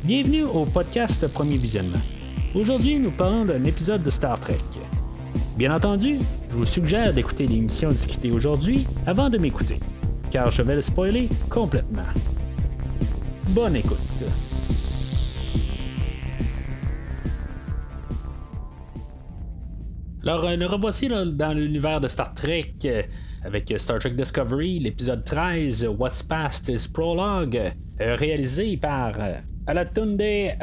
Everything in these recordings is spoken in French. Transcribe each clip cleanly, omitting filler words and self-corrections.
Bienvenue au podcast Premier Visionnement. Aujourd'hui, nous parlons d'un épisode de Star Trek. Bien entendu, je vous suggère d'écouter l'émission discutée aujourd'hui avant de m'écouter, car je vais le spoiler complètement. Bonne écoute. Alors, nous revoici dans l'univers de Star Trek avec Star Trek Discovery, l'épisode 13, What's Past is Prologue, réalisé par Olatunde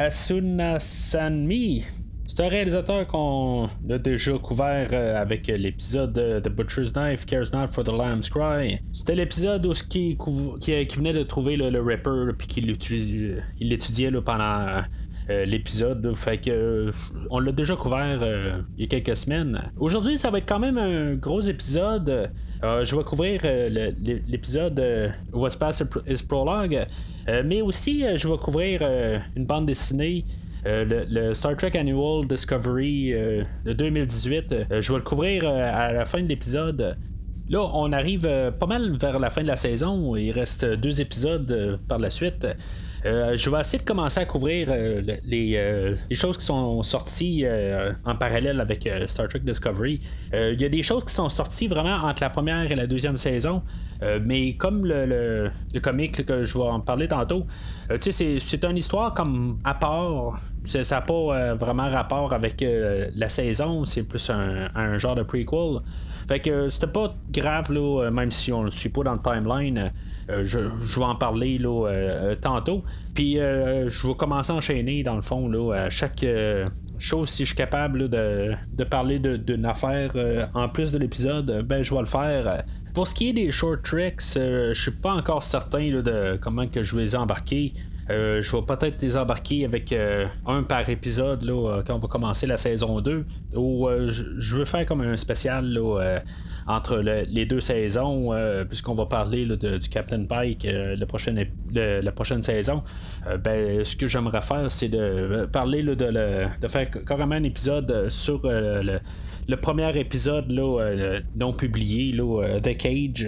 Asunasami. C'est un réalisateur qu'on a déjà couvert avec l'épisode The Butcher's Knife Cares Not for the Lamb's Cry. C'était l'épisode où qui venait de trouver le Ripper puis qu'il l'étudiait pendant l'épisode, fait que on l'a déjà couvert il y a quelques semaines. Aujourd'hui, ça va être quand même un gros épisode. Je vais couvrir l'épisode What's Past is Prologue, mais aussi je vais couvrir une bande dessinée. Le Star Trek Annual Discovery de 2018, je vais le couvrir à la fin de l'épisode. Là, on arrive pas mal vers la fin de la saison. Il reste 2 épisodes par la suite. Je vais essayer de commencer à couvrir les choses qui sont sorties en parallèle avec Star Trek Discovery. Il y a des choses qui sont sorties vraiment entre la première et la deuxième saison, mais comme le comic que je vais en parler tantôt, c'est une histoire comme à part. Ça n'a pas vraiment rapport avec la saison, c'est plus un genre de prequel. Fait que c'était pas grave, là, même si on ne le suit pas dans le timeline. Je vais en parler là, tantôt. Puis je vais commencer à enchaîner dans le fond là, à chaque chose, si je suis capable là, de parler d'une affaire en plus de l'épisode, ben je vais le faire. Pour ce qui est des short tracks, je suis pas encore certain là, de comment que je vais les embarquer. Je vais peut-être les embarquer avec un par épisode là, quand on va commencer la saison 2, où je veux faire comme un spécial là, entre les 2 saisons, puisqu'on va parler là, du Captain Pike la prochaine saison. Ce que j'aimerais faire, c'est de parler là, de faire carrément un épisode sur le premier épisode là, non publié, là, The Cage.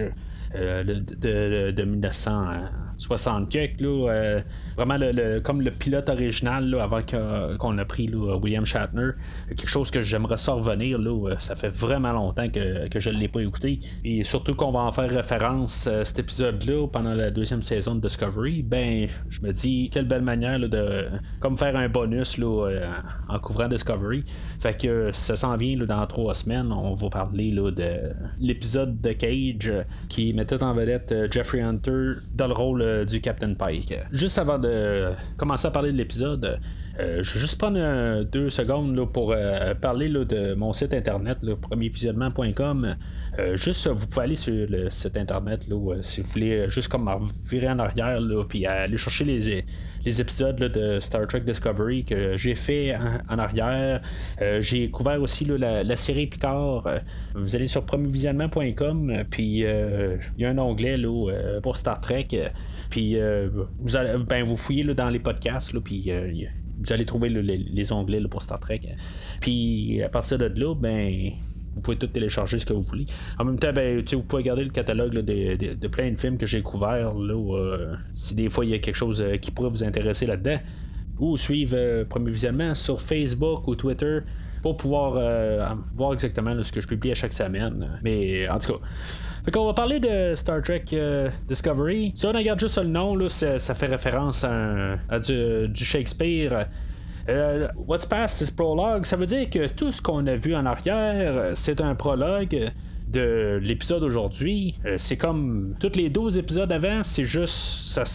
De 1960 quelque, là, vraiment comme le pilote original là, avant qu'on a pris là, William Shatner, quelque chose que j'aimerais ça revenir là, ça fait vraiment longtemps que je ne l'ai pas écouté, et surtout qu'on va en faire référence cet épisode là pendant la 2e saison de Discovery. Ben je me dis quelle belle manière là, de comme faire un bonus là, en couvrant Discovery. Fait que ça s'en vient là, dans 3 semaines, on va parler là, de l'épisode de Cage qui mettait en vedette Jeffrey Hunter dans le rôle du Captain Pike. Juste avant de commencer à parler de l'épisode, je vais juste prendre 2 secondes là, pour parler là, de mon site internet, premiervisionnement.com. Juste, vous pouvez aller sur le site internet là, si vous voulez, juste comme virer en arrière puis aller chercher les épisodes là, de Star Trek Discovery que j'ai fait en arrière. J'ai couvert aussi là, la série Picard. Vous allez sur premiervisionnement.com, puis il y a un onglet là, pour Star Trek. Puis vous fouillez là, dans les podcasts, puis vous allez trouver là, les onglets là, pour Star Trek. Puis à partir de là, vous pouvez tout télécharger ce que vous voulez. En même temps, vous pouvez regarder le catalogue là, de plein de films que j'ai couverts là, si des fois il y a quelque chose qui pourrait vous intéresser là-dedans. Ou suivre Premier Visionnement sur Facebook ou Twitter pour pouvoir voir exactement là, ce que je publie à chaque semaine. Mais en tout cas, fait qu'on va parler de Star Trek Discovery. Si on regarde juste le nom, là, ça fait référence à du Shakespeare. What's Past is Prologue, ça veut dire que tout ce qu'on a vu en arrière, c'est un prologue de l'épisode aujourd'hui. C'est comme tous les 12 épisodes avant, c'est juste ça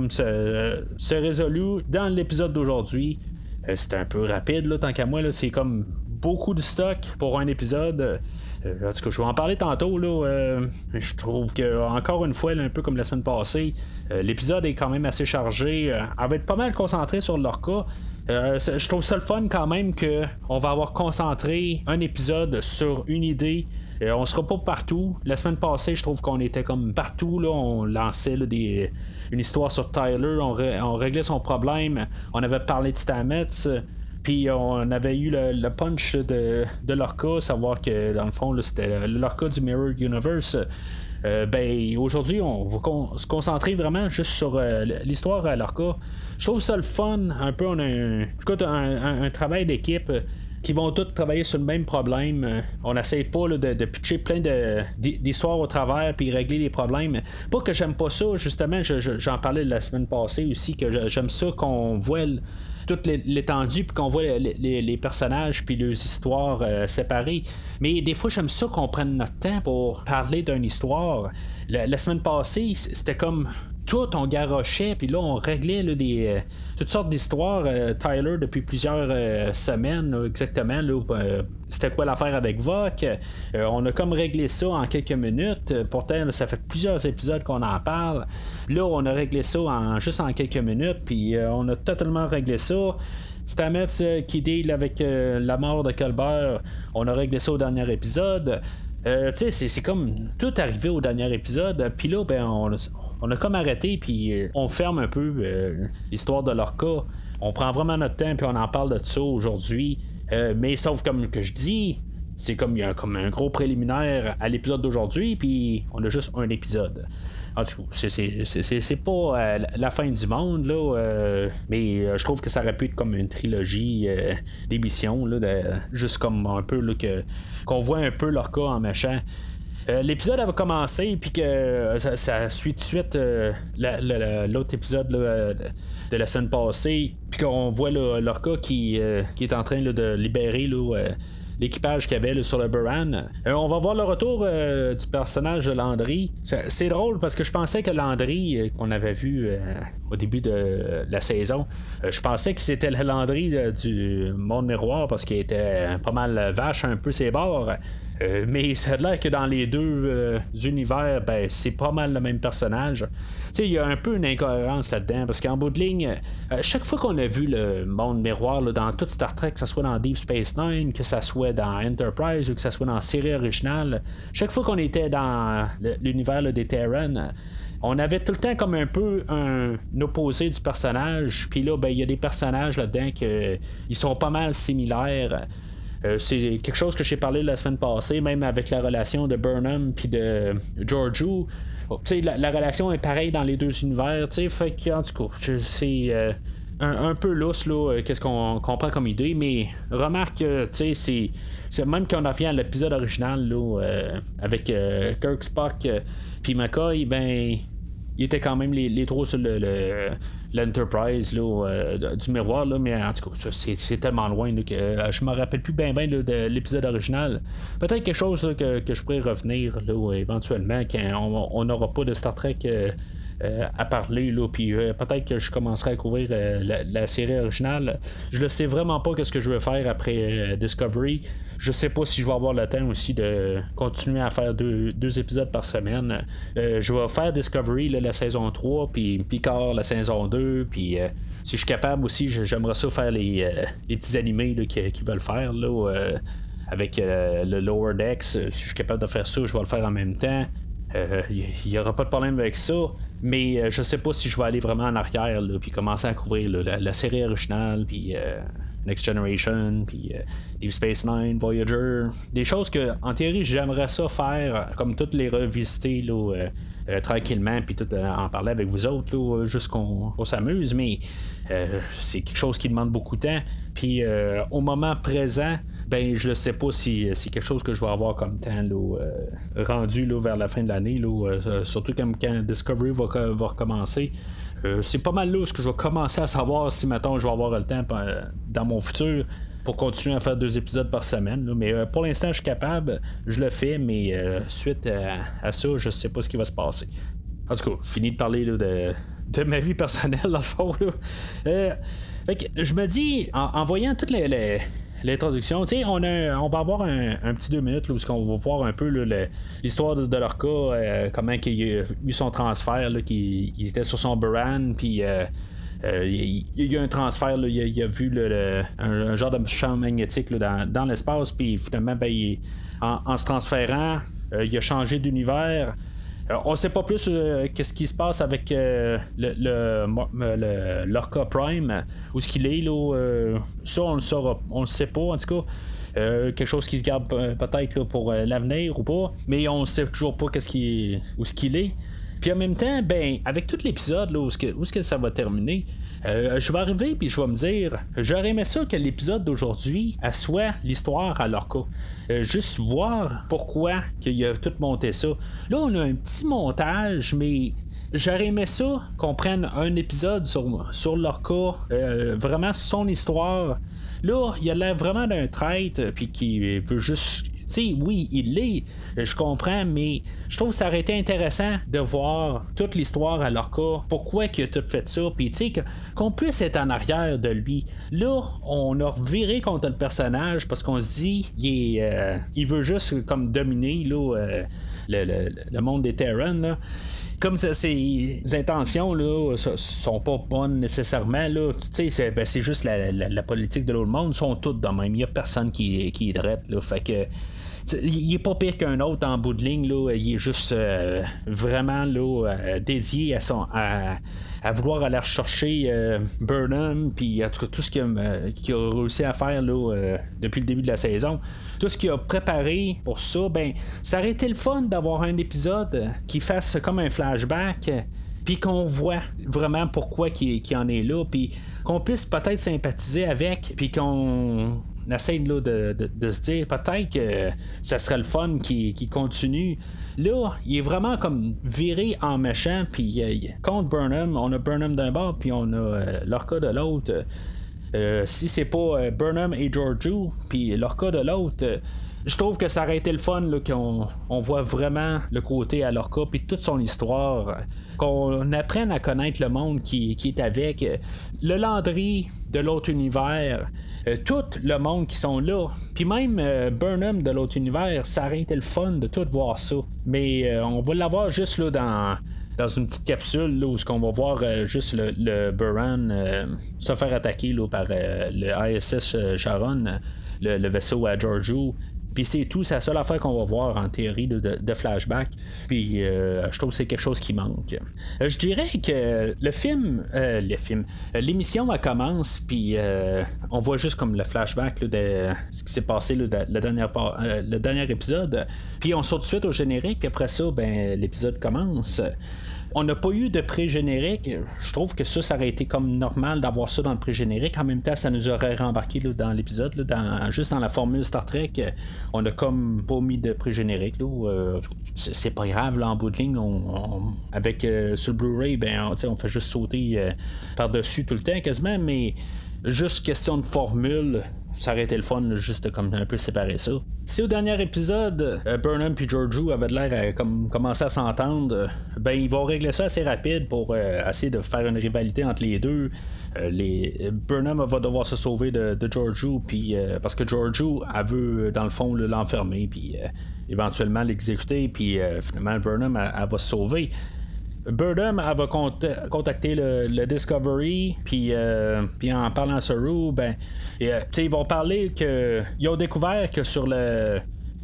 se résolue dans l'épisode d'aujourd'hui. C'est un peu rapide là, tant qu'à moi là, c'est comme beaucoup de stock pour un épisode. En tout cas, je vais en parler tantôt là. Je trouve que encore une fois là, un peu comme la semaine passée, l'épisode est quand même assez chargé. Elle va être pas mal concentrée sur Lorca. Je trouve ça le fun quand même qu'on va avoir concentré un épisode sur une idée. On sera pas partout. La semaine passée, je trouve qu'on était comme partout là. On lançait là, une histoire sur Tyler, on réglait son problème. On avait parlé de Stamets. Puis on avait eu le punch de Lorca, savoir que dans le fond là, c'était le Lorca du Mirror Universe. Ben aujourd'hui, on va se concentrer vraiment juste sur l'histoire à Lorca. Je trouve ça le fun. Un peu, on a un travail d'équipe. Qui vont tous travailler sur le même problème. On n'essaie pas là, de pitcher plein d'histoires au travers puis régler les problèmes. Pas que j'aime pas ça, justement, j'en parlais la semaine passée aussi, que j'aime ça qu'on voit toute l'étendue puis qu'on voit les personnages puis leurs histoires séparées. Mais des fois, j'aime ça qu'on prenne notre temps pour parler d'une histoire. La semaine passée, c'était comme tout on garochait, puis là on réglait là, toutes sortes d'histoires. Tyler, depuis plusieurs semaines là, exactement là, c'était quoi l'affaire avec Vok. On a comme réglé ça en quelques minutes. Pourtant là, ça fait plusieurs épisodes qu'on en parle. Là on a réglé ça juste en quelques minutes, puis on a totalement réglé ça. Stamets qui deal avec la mort de Colbert, on a réglé ça au dernier épisode. Tu sais, c'est comme tout arrivé au dernier épisode, puis là ben on a comme arrêté, puis on ferme un peu l'histoire de Lorca. On prend vraiment notre temps, puis on en parle de ça aujourd'hui. Mais sauf comme que je dis, c'est comme il y a comme un gros préliminaire à l'épisode d'aujourd'hui, puis on a juste un épisode. En tout cas, c'est pas la fin du monde, là, mais je trouve que ça aurait pu être comme une trilogie d'émissions, là, juste comme un peu là, qu'on voit un peu Lorca en méchant. L'épisode avait commencé, puis que ça suit tout de suite l'autre épisode là, de la semaine passée, puis qu'on voit là, Lorca qui est en train là, de libérer là, l'équipage qu'il y avait là, sur le Buran. On va voir le retour du personnage de Landry. C'est drôle parce que je pensais que Landry qu'on avait vu au début de la saison, je pensais que c'était le Landry du Monde Miroir parce qu'il était pas mal vache un peu ses bords. Mais ça a l'air que dans les deux univers, ben, c'est pas mal le même personnage. Il y a un peu une incohérence là-dedans, parce qu'en bout de ligne, chaque fois qu'on a vu le monde miroir là, dans toute Star Trek, que ce soit dans Deep Space Nine, que ce soit dans Enterprise ou que ce soit dans la série originale, chaque fois qu'on était dans l'univers là, des Terran, on avait tout le temps comme un peu un opposé du personnage. Puis là, ben, il y a des personnages là-dedans qui sont pas mal similaires. C'est quelque chose que j'ai parlé la semaine passée, même avec la relation de Burnham puis de Georgiou. La relation est pareille dans les deux univers, fait que, en tout cas, c'est un peu lousse, là, qu'est-ce qu'on comprend comme idée, mais remarque, c'est même quand on revient à l'épisode original, là, avec Kirk, Spock puis McCoy, ben, il était quand même les trois sur l'Enterprise là, du miroir, là, mais en tout cas, c'est tellement loin là, que je me rappelle plus bien de l'épisode original. Peut-être quelque chose là, que je pourrais revenir là, éventuellement quand on n'aura pas de Star Trek à parler, là, puis peut-être que je commencerai à couvrir la série originale. Je ne sais vraiment pas ce que je vais faire après Discovery. Je sais pas si je vais avoir le temps aussi de continuer à faire deux épisodes par semaine. Je vais faire Discovery là, la saison 3, puis Picard la saison 2, puis si je suis capable aussi, j'aimerais ça faire les petits animés là, qui veulent faire là, avec le Lower Decks. Si je suis capable de faire ça, je vais le faire en même temps. Il n'y aura pas de problème avec ça, mais je sais pas si je vais aller vraiment en arrière puis commencer à couvrir là, la série originale, puis Next Generation, puis Deep Space Nine, Voyager, des choses que en théorie j'aimerais ça faire, comme toutes les revisiter là, tranquillement, puis tout en parler avec vous autres là, juste qu'on s'amuse, mais c'est quelque chose qui demande beaucoup de temps, puis au moment présent, ben je ne sais pas si c'est quelque chose que je vais avoir comme temps là, rendu là, vers la fin de l'année là, surtout quand Discovery va recommencer. C'est pas mal là ce que je vais commencer à savoir si maintenant je vais avoir le temps dans mon futur pour continuer à faire 2 épisodes par semaine là. Mais pour l'instant je suis capable, je le fais, mais suite à ça je sais pas ce qui va se passer. En tout cas, fini de parler là, de ma vie personnelle dans le fond là. Fait que je me dis en voyant toutes l'introduction, tu sais, on va avoir un petit 2 minutes là, où on va voir un peu là, l'histoire de Lorca, comment il a eu son transfert, là, qu'il était sur son Buran, puis il y a eu un transfert, là, il a vu un genre de champ magnétique là, dans l'espace, puis finalement, ben, en se transférant, il a changé d'univers. On sait pas plus qu'est-ce qui se passe avec le Lorca Prime, où ce qu'il est là, ça on le saura, on le sait pas en tout cas. Quelque chose qui se garde peut-être là, pour l'avenir ou pas, mais on sait toujours pas où ce qu'il est. Puis en même temps, ben, avec tout l'épisode, là, où est-ce que ça va terminer, je vais arriver puis je vais me dire, j'aurais aimé ça que l'épisode d'aujourd'hui soit l'histoire à Lorca. Juste voir pourquoi qu'il a tout monté ça. Là, on a un petit montage, mais j'aurais aimé ça qu'on prenne un épisode sur Lorca, vraiment son histoire. Là, il a l'air vraiment d'un traître, puis qui veut juste. Tu sais, oui, il l'est, je comprends, mais je trouve que ça aurait été intéressant de voir toute l'histoire à Lorca, pourquoi il a tout fait ça, puis tu sais, qu'on puisse être en arrière de lui. Là, on a reviré contre le personnage parce qu'on se dit, il veut juste comme dominer là, le monde des Terran, là. Comme ses intentions là sont pas bonnes nécessairement là, c'est juste la politique de l'autre monde, sont toutes de même, il y a personne qui est drette là, fait que il est pas pire qu'un autre en bout de ligne là, il est juste vraiment là dédié à vouloir aller chercher Burnham, puis en tout cas tout ce qu'il a réussi à faire là, depuis le début de la saison, tout ce qu'il a préparé pour ça, ben ça aurait été le fun d'avoir un épisode qui fasse comme un flashback, puis qu'on voit vraiment pourquoi qu'il en est là, puis qu'on puisse peut-être sympathiser avec, puis qu'on essaye là, de se dire peut-être que ça serait le fun qui continue. Là, il est vraiment comme viré en méchant, puis contre Burnham, on a Burnham d'un bord, puis on a Lorca de l'autre. Si c'est pas Burnham et Georgiou, puis Lorca de l'autre, je trouve que ça aurait été le fun là, qu'on voit vraiment le côté à Lorca, puis toute son histoire, qu'on apprenne à connaître le monde qui est avec, le Landry de l'autre univers, tout le monde qui sont là, puis même Burnham de l'autre univers, ça aurait été le fun de tout voir ça, mais on va l'avoir juste là dans une petite capsule là, où on va voir juste le Buran se faire attaquer là, par le ISS Sharon, le vaisseau à Georgiou. Puis c'est tout, c'est la seule affaire qu'on va voir en théorie de flashback. Puis je trouve que c'est quelque chose qui manque. Je dirais que l'émission elle commence, puis on voit juste comme le flashback là, de ce qui s'est passé là, le dernier épisode. Puis on saute tout de suite au générique, puis après ça, ben l'épisode commence. On n'a pas eu de pré-générique. Je trouve que ça aurait été comme normal d'avoir ça dans le pré-générique. En même temps, ça nous aurait rembarqué là, dans l'épisode. Là, juste dans la formule Star Trek, on a comme pas mis de pré-générique. Là, c'est pas grave, là, en bout de ligne. Avec sur le Blu-ray, ben, on fait juste sauter par-dessus tout le temps quasiment, mais juste question de formule. Ça aurait été le fun là, juste comme un peu séparer ça. Si au dernier épisode Burnham puis Georgiou avaient l'air à commencer à s'entendre, ben ils vont régler ça assez rapide pour essayer de faire une rivalité entre les deux. Burnham va devoir se sauver de Georgiou, puis parce que Georgiou elle veut dans le fond l'enfermer, puis éventuellement l'exécuter, puis finalement Burnham elle va se sauver. Burnham elle va contacter le Discovery, puis en parlant à Saru, ben ils vont parler que ils ont découvert que sur le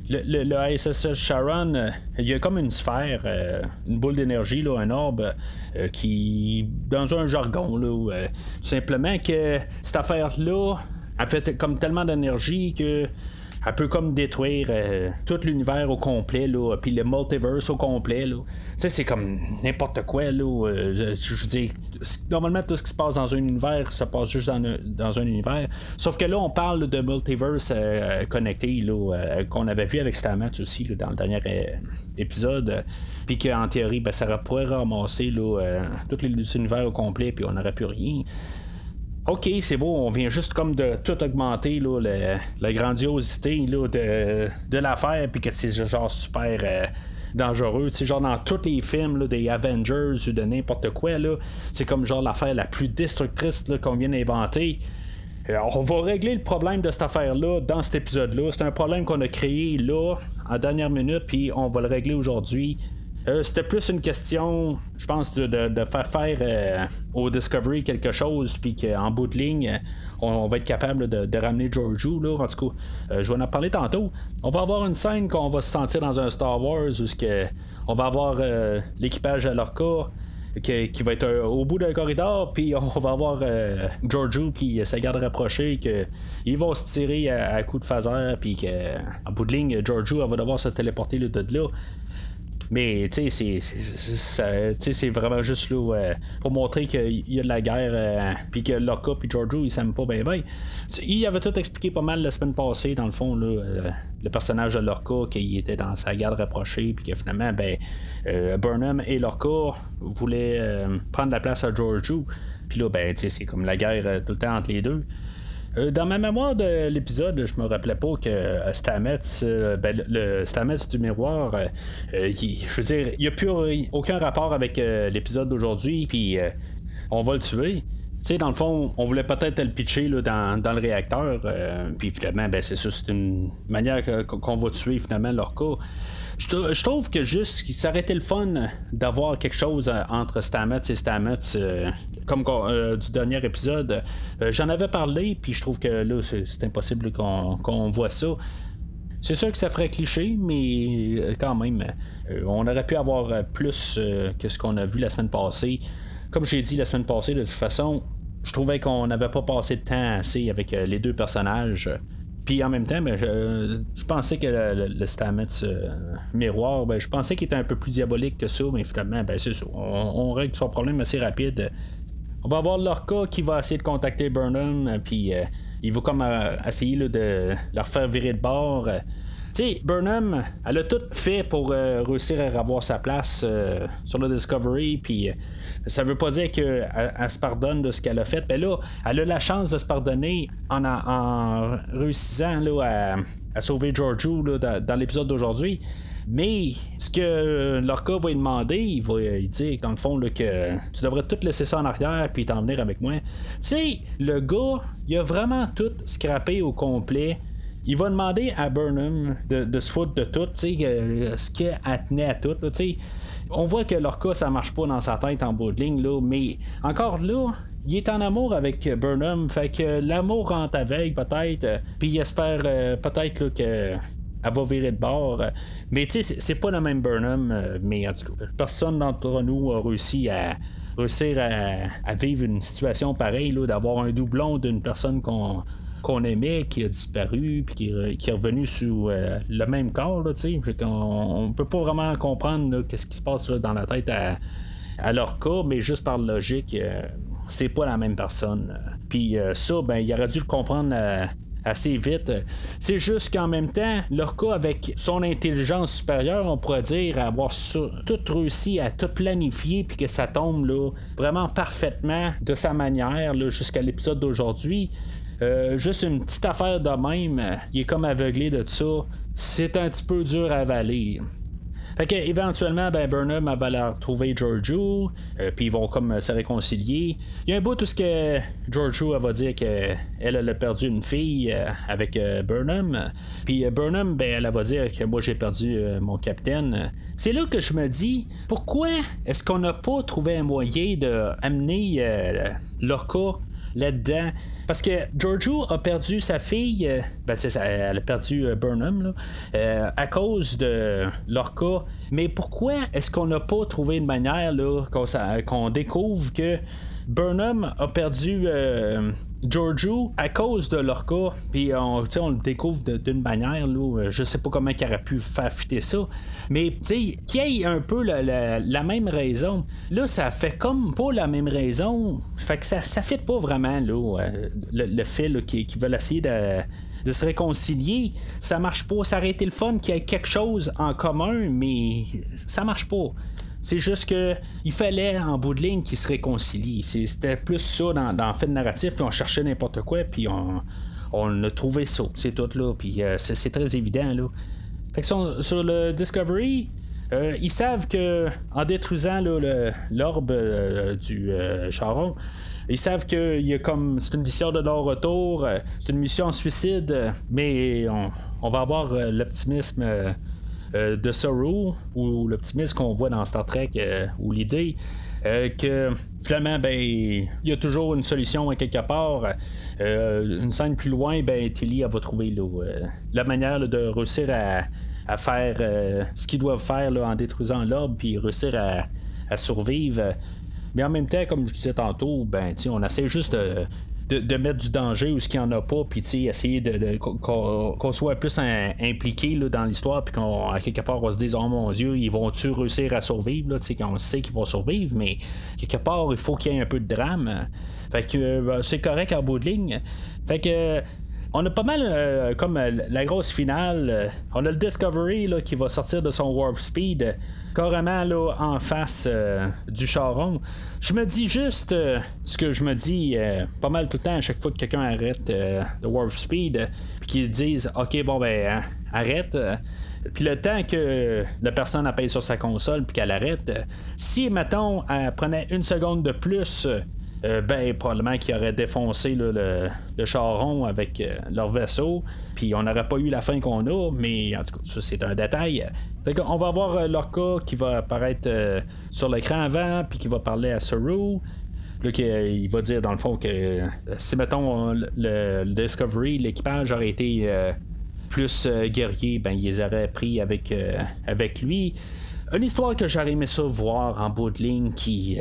ISS Sharon, il y a comme une sphère, une boule d'énergie, là, un orbe, qui, dans un jargon, là, tout simplement que cette affaire-là, elle fait comme tellement d'énergie que elle peut comme détruire tout l'univers au complet, là, puis le multiverse au complet. Tu sais, c'est comme n'importe quoi. Là, je veux dire, normalement, tout ce qui se passe dans un univers, ça passe juste dans un univers. Sauf que là, on parle de multiverse connecté, là, qu'on avait vu avec Stamets aussi là, dans le dernier épisode. Puis qu'en théorie, ben, ça pourrait ramasser là, tous les univers au complet, puis on n'aurait plus rien. OK, c'est beau, on vient juste comme de tout augmenter là, la grandiosité là, de l'affaire, puis que c'est genre super dangereux. Tu sais, genre dans tous les films là, des Avengers ou de n'importe quoi, là, c'est comme genre l'affaire la plus destructrice là, qu'on vient d'inventer. On va régler le problème de cette affaire-là dans cet épisode-là. C'est un problème qu'on a créé là, en dernière minute, puis on va le régler aujourd'hui. C'était plus une question, je pense, de faire au Discovery quelque chose, puis qu'en bout de ligne, on va être capable de ramener Georgiou. Là. En tout cas, je vais en parler tantôt. On va avoir une scène qu'on va se sentir dans un Star Wars où on va avoir l'équipage à Lorca qui va être au bout d'un corridor, puis on va avoir Georgiou puis sa garde rapprochée, qu'ils vont se tirer à coups de phaser, puis qu'en bout de ligne, Georgiou va devoir se téléporter de là. Mais tu sais, c'est vraiment juste là pour montrer qu'il y a de la guerre, puis que Lorca puis Georgiou ils s'aiment pas bien. Il avait tout expliqué pas mal la semaine passée, dans le fond, là, le personnage de Lorca, qu'il était dans sa garde rapprochée, puis que finalement, Burnham et Lorca voulaient prendre la place à Georgiou. Puis là, c'est comme la guerre tout le temps entre les deux. Dans ma mémoire de l'épisode, je me rappelais pas que Stamets, le Stamets du miroir, je veux dire, il n'y a plus aucun rapport avec l'épisode d'aujourd'hui, puis on va le tuer. Tu sais, dans le fond, on voulait peut-être le pitcher là, dans le réacteur, puis finalement, c'est ça, c'est une manière qu'on va tuer finalement Lorca. Je trouve que juste, ça aurait été le fun d'avoir quelque chose entre Stamets et Stamets, comme du dernier épisode. J'en avais parlé, puis je trouve que là, c'est impossible qu'on voit ça. C'est sûr que ça ferait cliché, mais quand même, on aurait pu avoir plus que ce qu'on a vu la semaine passée. Comme j'ai dit la semaine passée, de toute façon, je trouvais qu'on n'avait pas passé de temps assez avec les deux personnages. Puis en même temps, je pensais que le Stamets miroir, je pensais qu'il était un peu plus diabolique que ça, mais finalement, c'est ça. On règle son problème assez rapide. On va avoir Lorca qui va essayer de contacter Burnham, puis il va comme essayer là, de leur faire virer de bord. Tu sais, Burnham, elle a tout fait pour réussir à avoir sa place sur le Discovery, puis ça veut pas dire qu'elle se pardonne de ce qu'elle a fait. Mais là, elle a la chance de se pardonner en réussissant là, à sauver Georgiou là, dans l'épisode d'aujourd'hui. Mais ce que Lorca va lui demander, il va lui dire dans le fond là, que tu devrais tout laisser ça en arrière puis t'en venir avec moi. Tu sais, le gars, il a vraiment tout scrappé au complet. Il va demander à Burnham de se foutre de tout, tu sais, ce qu'elle tenait à tout, tu sais. On voit que Lorca, ça marche pas dans sa tête en bout de ligne, là, mais encore là, il est en amour avec Burnham, fait que l'amour rentre avec, peut-être, puis il espère peut-être là, que elle va virer de bord. Mais tu sais, c'est pas la même Burnham, mais en tout cas, personne d'entre nous a réussi à vivre une situation pareille, là, d'avoir un doublon d'une personne qu'on aimait, qui a disparu, puis qui est revenu sous le même corps, là, on peut pas vraiment comprendre là, qu'est-ce qui se passe là, dans la tête à leur cas, mais juste par logique, c'est pas la même personne. Puis ça, il aurait dû le comprendre assez vite. C'est juste qu'en même temps, Lorca, avec son intelligence supérieure, on pourrait dire avoir tout réussi à tout planifier, puis que ça tombe là, vraiment parfaitement de sa manière là, jusqu'à l'épisode d'aujourd'hui. Juste une petite affaire de même, il est comme aveuglé de ça. C'est un petit peu dur à avaler. Fait que éventuellement, Burnham va leur retrouver Georgiou, puis ils vont comme se réconcilier. Il y a un bout tout ce que Georgiou va dire qu'elle a perdu une fille avec Burnham. Puis Burnham, elle va dire que moi j'ai perdu mon capitaine. C'est là que je me dis, pourquoi est-ce qu'on n'a pas trouvé un moyen d'amener Lorca là-dedans? Parce que Georgiou a perdu sa fille, c'est ça, elle a perdu Burnham là, à cause de Lorca. Mais pourquoi est-ce qu'on n'a pas trouvé une manière là, qu'on découvre que Burnham a perdu Georgiou à cause de Lorca, puis on le découvre d'une manière là, je sais pas comment il aurait pu faire fitter ça, mais qu'il y ait un peu la même raison. Là, ça fait comme pas la même raison, fait que ça fit pas vraiment là, le fait là, qu'ils veulent essayer de se réconcilier. Ça marche pas. Ça aurait été le fun qu'il y ait quelque chose en commun, mais ça marche pas. C'est juste que il fallait en bout de ligne qu'ils se réconcilient. C'était plus ça dans le fait narratif, puis on cherchait n'importe quoi, puis on a trouvé ça, c'est tout là, puis c'est très évident là. Fait que sur le Discovery, ils savent que en détruisant là, l'orbe du Charon, ils savent que c'est une mission de non-retour, c'est une mission suicide, mais on va avoir l'optimisme de Saru, ou l'optimisme qu'on voit dans Star Trek, ou l'idée que finalement, ben, il y a toujours une solution à quelque part. Une scène plus loin, ben, Tilly elle va trouver la manière de réussir à faire ce qu'ils doivent faire là, en détruisant l'orbe, puis réussir à survivre. Mais en même temps, comme je disais tantôt, ben, on essaie juste de mettre du danger où ce qu'il n'y en a pas, puis essayer qu'on soit plus impliqué là, dans l'histoire, puis qu'à quelque part on se dise, oh mon Dieu, ils vont-tu réussir à survivre, là, qu'on sait qu'ils vont survivre, mais quelque part il faut qu'il y ait un peu de drame. Fait que c'est correct en bout de ligne. Fait que on a pas mal comme la grosse finale. On a le Discovery là, qui va sortir de son warp speed carrément là, en face du Charon. Je me dis juste ce que je me dis pas mal tout le temps à chaque fois que quelqu'un arrête le warp speed, puis qu'ils disent ok bon ben arrête. Puis le temps que la personne appelle sur sa console puis qu'elle arrête, si mettons elle prenait une seconde de plus, ben probablement qu'ils auraient défoncé là, le Charon avec leur vaisseau, puis on n'aurait pas eu la fin qu'on a, mais en tout cas ça c'est un détail. Fait qu'on va avoir Lorca qui va apparaître sur l'écran avant, puis qui va parler à Saru. Là, il va dire dans le fond que si mettons le Discovery, l'équipage aurait été plus guerrier, ben ils les auraient pris avec lui. Une histoire que j'aurais aimé ça voir en bout de ligne,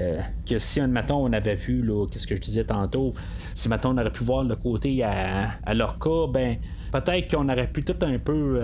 que si un matin on avait vu, là, qu'est-ce que je disais tantôt, si matin on aurait pu voir le côté à Lorca, ben peut-être qu'on aurait pu tout un peu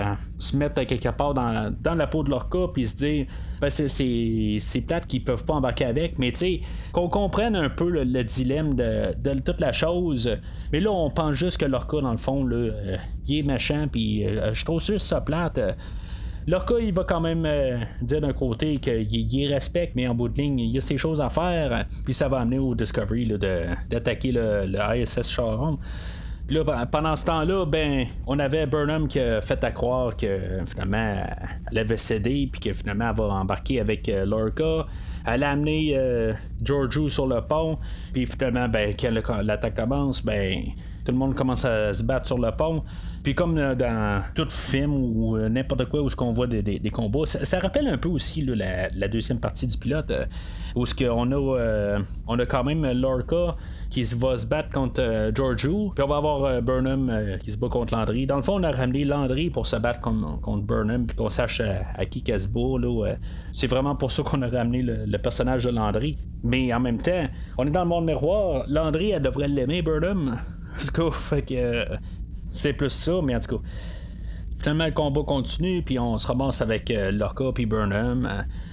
se mettre à quelque part dans la peau de Lorca, puis se dire, ben c'est plate qu'ils peuvent pas embarquer avec, mais tu sais, qu'on comprenne un peu le dilemme de toute la chose. Mais là, on pense juste que Lorca, dans le fond, là, il est méchant, puis je trouve juste ça plate. Lorca, il va quand même dire d'un côté qu'il respecte, mais en bout de ligne, il y a ses choses à faire, puis ça va amener au Discovery là, d'attaquer le ISS Charon. Puis là, pendant ce temps-là, ben, on avait Burnham qui a fait à croire que finalement elle avait cédé, puis que finalement elle va embarquer avec Lorca. Elle a amené Georgiou sur le pont, puis finalement, ben, quand l'attaque commence, ben, tout le monde commence à se battre sur le pont. Puis comme dans tout film ou n'importe quoi où ce qu'on voit des combats, ça rappelle un peu aussi là, la deuxième partie du pilote, où ce qu'on a on a quand même Lorca qui va se battre contre Georgiou, puis on va avoir Burnham qui se bat contre Landry. Dans le fond, on a ramené Landry pour se battre contre Burnham, puis qu'on sache à qui qu'elle se bat là. C'est vraiment pour ça qu'on a ramené le personnage de Landry. Mais en même temps, on est dans le monde miroir. Landry, elle devrait l'aimer, Burnham. Fait que c'est plus ça, mais en tout cas, finalement le combat continue, puis on se ramasse avec Lorca puis Burnham.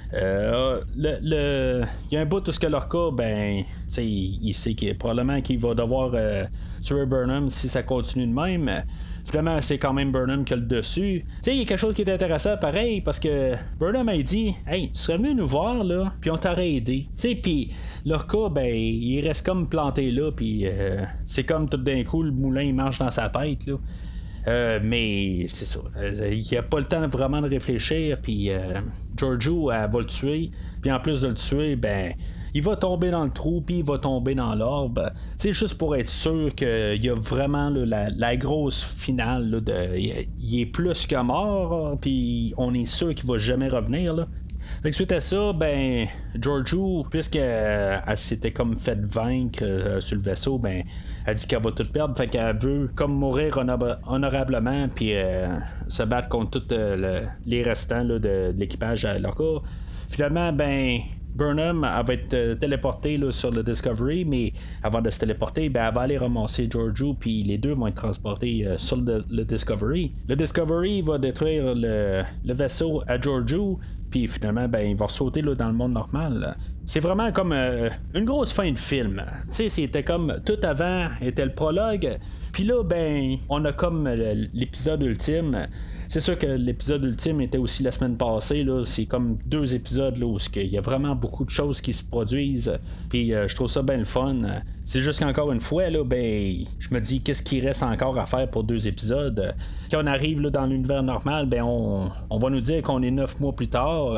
Il y a un bout où ce que Lorca, ben, il sait probablement qu'il va devoir tuer Burnham si ça continue de même. Finalement, c'est quand même Burnham qui a le dessus. Il y a quelque chose qui est intéressant pareil, parce que Burnham a dit hey, tu serais venu nous voir là, puis on t'aurait aidé. Puis Lorca, ben, il reste comme planté là, puis c'est comme tout d'un coup le moulin il marche dans sa tête là. Mais c'est ça, il a pas le temps vraiment de réfléchir, puis Georgiou elle va le tuer, puis en plus de le tuer, ben il va tomber dans le trou, puis il va tomber dans l'orbe. C'est juste pour être sûr qu'il y a vraiment là, la grosse finale là, il est plus que mort, puis on est sûr qu'il va jamais revenir là. Fait que suite à ça, ben Georgiou, puisqu'elle s'était comme fait vaincre sur le vaisseau, ben elle dit qu'elle va tout perdre, fait qu'elle veut comme mourir honorablement, puis se battre contre tous les restants là, de l'équipage à Lorca. Finalement, ben Burnham elle va être téléportée là, sur le Discovery, mais avant de se téléporter, ben, elle va aller ramasser Georgiou, puis les deux vont être transportés sur le Discovery. Le Discovery va détruire le vaisseau à Georgiou, puis finalement, ben, il va sauter là, dans le monde normal. C'est vraiment comme une grosse fin de film. C'était comme tout avant était le prologue, puis là, ben, on a comme l'épisode ultime. C'est sûr que l'épisode ultime était aussi la semaine passée. Là. C'est comme 2 épisodes là, où il y a vraiment beaucoup de choses qui se produisent. Puis je trouve ça bien le fun. C'est juste qu'encore une fois, là, ben, je me dis qu'est-ce qu'il reste encore à faire pour 2 épisodes. Quand on arrive là, dans l'univers normal, ben, on va nous dire qu'on est 9 mois plus tard.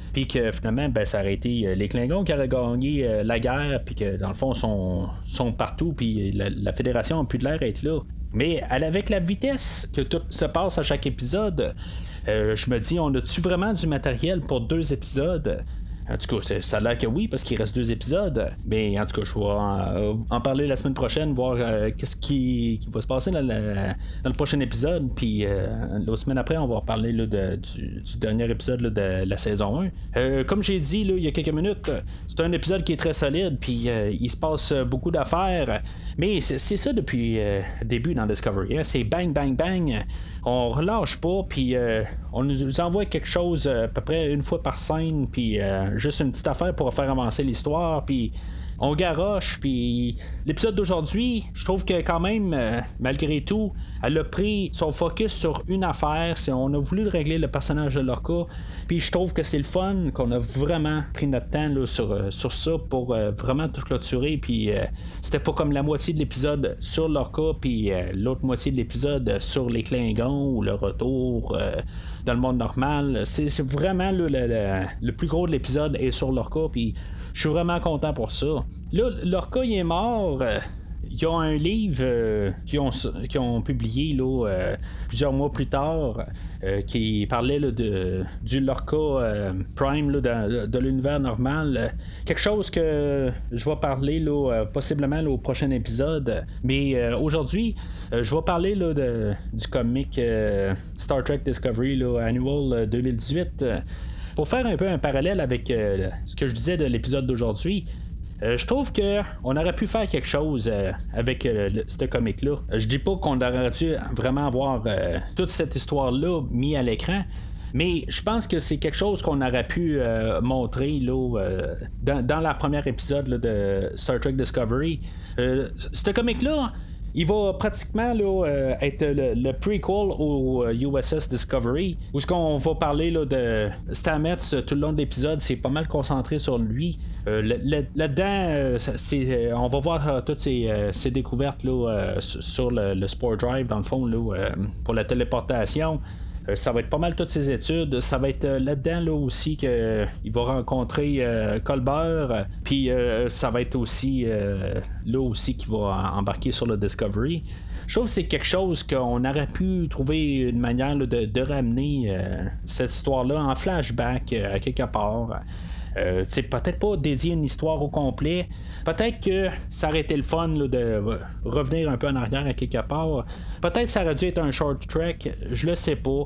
puis que finalement, ben, ça aurait été les Klingons qui auraient gagné la guerre, puis que dans le fond, sont partout, puis la Fédération n'a plus de l'air à être là. Mais avec la vitesse que tout se passe à chaque épisode, je me dis, on a-tu vraiment du matériel pour 2 épisodes? En tout cas, ça a l'air que oui, parce qu'il reste 2 épisodes. Mais en tout cas, je vais en parler la semaine prochaine, voir qu'est-ce qui va se passer dans le prochain épisode. Puis l'autre semaine après, on va reparler là, du dernier épisode là, de la saison 1. Comme j'ai dit là, il y a quelques minutes, c'est un épisode qui est très solide. Puis il se passe beaucoup d'affaires. Mais c'est ça depuis le début dans Discovery. Hein? C'est bang, bang, bang. On relâche pas, puis on nous envoie quelque chose à peu près une fois par scène, puis juste une petite affaire pour faire avancer l'histoire, puis on garoche, puis l'épisode d'aujourd'hui, je trouve que quand même, malgré tout, elle a pris son focus sur une affaire, on a voulu régler le personnage de Lorca, puis je trouve que c'est le fun qu'on a vraiment pris notre temps là, sur ça pour vraiment tout clôturer, puis c'était pas comme la moitié de l'épisode sur Lorca, puis l'autre moitié de l'épisode sur les Klingons ou le retour dans le monde normal. C'est vraiment là, le plus gros de l'épisode est sur Lorca, puis je suis vraiment content pour ça. Là, Lorca, il est mort. Il y a un livre qu'ils ont publié là, plusieurs mois plus tard qui parlait là, du Lorca Prime là, de l'univers normal. Quelque chose que je vais parler là, possiblement là, au prochain épisode. Mais aujourd'hui, je vais parler là, du comic Star Trek Discovery là, Annual 2018. Pour faire un peu un parallèle avec ce que je disais de l'épisode d'aujourd'hui, je trouve qu'on aurait pu faire quelque chose avec ce comic-là. Je dis pas qu'on aurait dû vraiment avoir toute cette histoire-là mis à l'écran, mais je pense que c'est quelque chose qu'on aurait pu montrer là, dans la première épisode là, de Star Trek Discovery. Ce comic-là, il va pratiquement là, être le prequel au USS Discovery, où ce qu'on va parler là, de Stamets tout le long de l'épisode, c'est pas mal concentré sur lui. Là-dedans, on va voir toutes ces découvertes là, sur le Spore Drive, dans le fond, là, pour la téléportation. Ça va être pas mal toutes ses études. Ça va être là-dedans là, aussi qu'il va rencontrer Colbert. Puis ça va être aussi là aussi qu'il va embarquer sur le Discovery. Je trouve que c'est quelque chose qu'on aurait pu trouver une manière là, de ramener cette histoire-là en flashback à quelque part. C'est peut-être pas dédié une histoire au complet. Peut-être que ça aurait été le fun là, de revenir un peu en arrière à quelque part. Peut-être ça aurait dû être un short track, je le sais pas.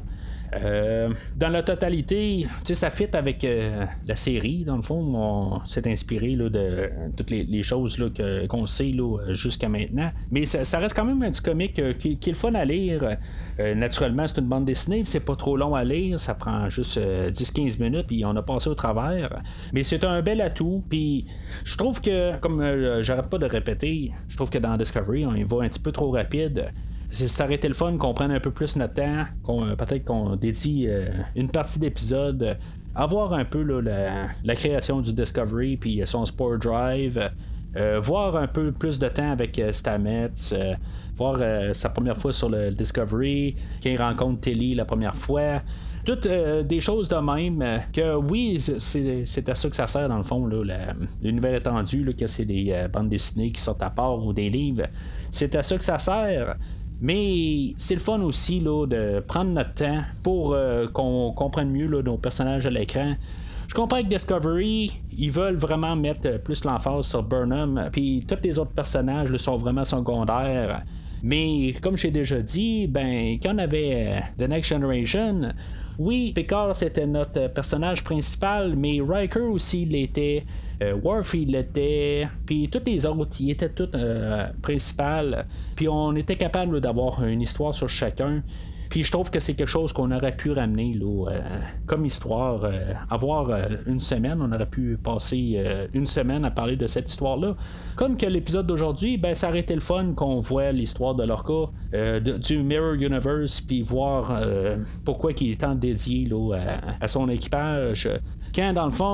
Dans la totalité, ça fit avec la série. Dans le fond, on s'est inspiré là, de toutes les choses là, qu'on sait là, jusqu'à maintenant. Mais ça reste quand même du comic qui est le fun à lire. Naturellement, c'est une bande dessinée, c'est pas trop long à lire. Ça prend juste 10-15 minutes, puis on a passé au travers. Mais c'est un bel atout. Puis je trouve que, comme j'arrête pas de répéter, je trouve que dans Discovery, on y va un petit peu trop rapide. Ça aurait été le fun qu'on prenne un peu plus notre temps, peut-être qu'on dédie une partie d'épisode à voir un peu là, la création du Discovery puis son Spore Drive, voir un peu plus de temps avec Stamets, voir sa première fois sur le Discovery, quand il rencontre Tilly la première fois. Toutes des choses de même que oui, c'est à ça que ça sert dans le fond là, l'univers étendu là, que c'est des bandes dessinées qui sortent à part ou des livres, c'est à ça que ça sert. Mais c'est le fun aussi là, de prendre notre temps pour qu'on comprenne mieux là, nos personnages à l'écran. Je comprends que Discovery, ils veulent vraiment mettre plus l'emphase sur Burnham, puis tous les autres personnages là, sont vraiment secondaires. Mais comme j'ai déjà dit, ben quand on avait The Next Generation, oui, Picard c'était notre personnage principal, mais Riker aussi l'était. Worf il l'était, puis tous les autres ils étaient tous principales, puis on était capable là, d'avoir une histoire sur chacun. Puis je trouve que c'est quelque chose qu'on aurait pu ramener là, comme histoire. Avoir une semaine, on aurait pu passer une semaine à parler de cette histoire-là. Comme que l'épisode d'aujourd'hui, ben ça aurait été le fun qu'on voit l'histoire de Lorca, du Mirror Universe, puis voir pourquoi il est tant dédié là, à son équipage. Quand dans le fond,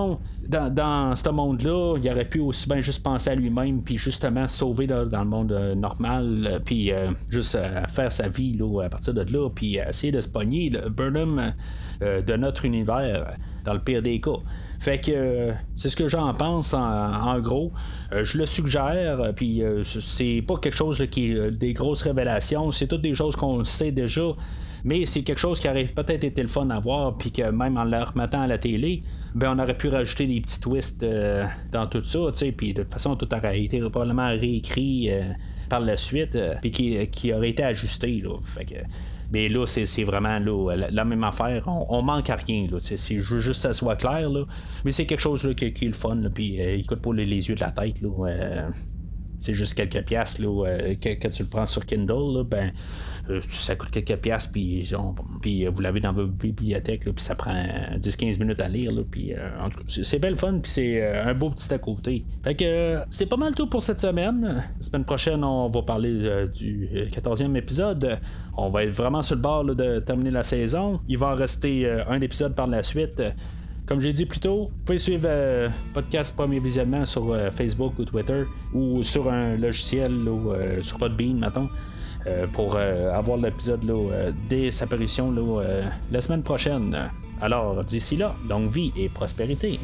dans ce monde-là, il aurait pu aussi bien juste penser à lui-même, puis justement sauver dans le monde normal, puis juste faire sa vie là, à partir de là, puis essayer de se pogner le Burnham de notre univers, dans le pire des cas. Fait que c'est ce que j'en pense en gros. Je le suggère, puis c'est pas quelque chose là, qui est des grosses révélations, c'est toutes des choses qu'on sait déjà. Mais c'est quelque chose qui aurait peut-être été le fun à voir, puis que même en le remettant à la télé, ben on aurait pu rajouter des petits twists dans tout ça, tu sais, puis de toute façon tout aurait été probablement réécrit par la suite, puis qui aurait été ajusté, là. Fait que mais là, c'est vraiment là, la même affaire. On manque à rien. Là, je veux juste que ça soit clair. Là. Mais c'est quelque chose là, qui est le fun. Puis il coûte pas les yeux de la tête. Là, c'est juste quelques piastres. Là, quand tu le prends sur Kindle, là, ben, ça coûte quelques piastres. Puis vous l'avez dans votre bibliothèque. Puis ça prend 10-15 minutes à lire. Là, puis, en tout cas, c'est belle fun. Puis c'est un beau petit à côté. Fait que c'est pas mal tout pour cette semaine. La semaine prochaine, on va parler du 14e épisode. On va être vraiment sur le bord là, de terminer la saison. Il va en rester un épisode par la suite. Comme j'ai dit plus tôt, vous pouvez suivre Podcast Premier Visionnement sur Facebook ou Twitter ou sur un logiciel ou sur Podbean, mettons, pour avoir l'épisode dès sa parution la semaine prochaine. Alors, d'ici là, longue vie et prospérité.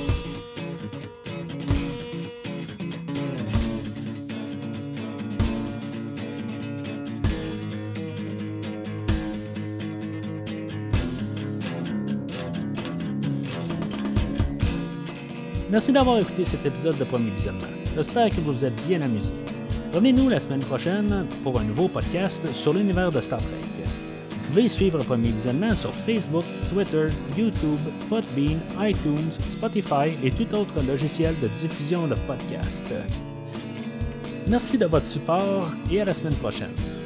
Merci d'avoir écouté cet épisode de Premier Visionnement. J'espère que vous vous êtes bien amusés. Revenez-nous la semaine prochaine pour un nouveau podcast sur l'univers de Star Trek. Vous pouvez suivre Premier Visionnement sur Facebook, Twitter, YouTube, Podbean, iTunes, Spotify et tout autre logiciel de diffusion de podcasts. Merci de votre support et à la semaine prochaine.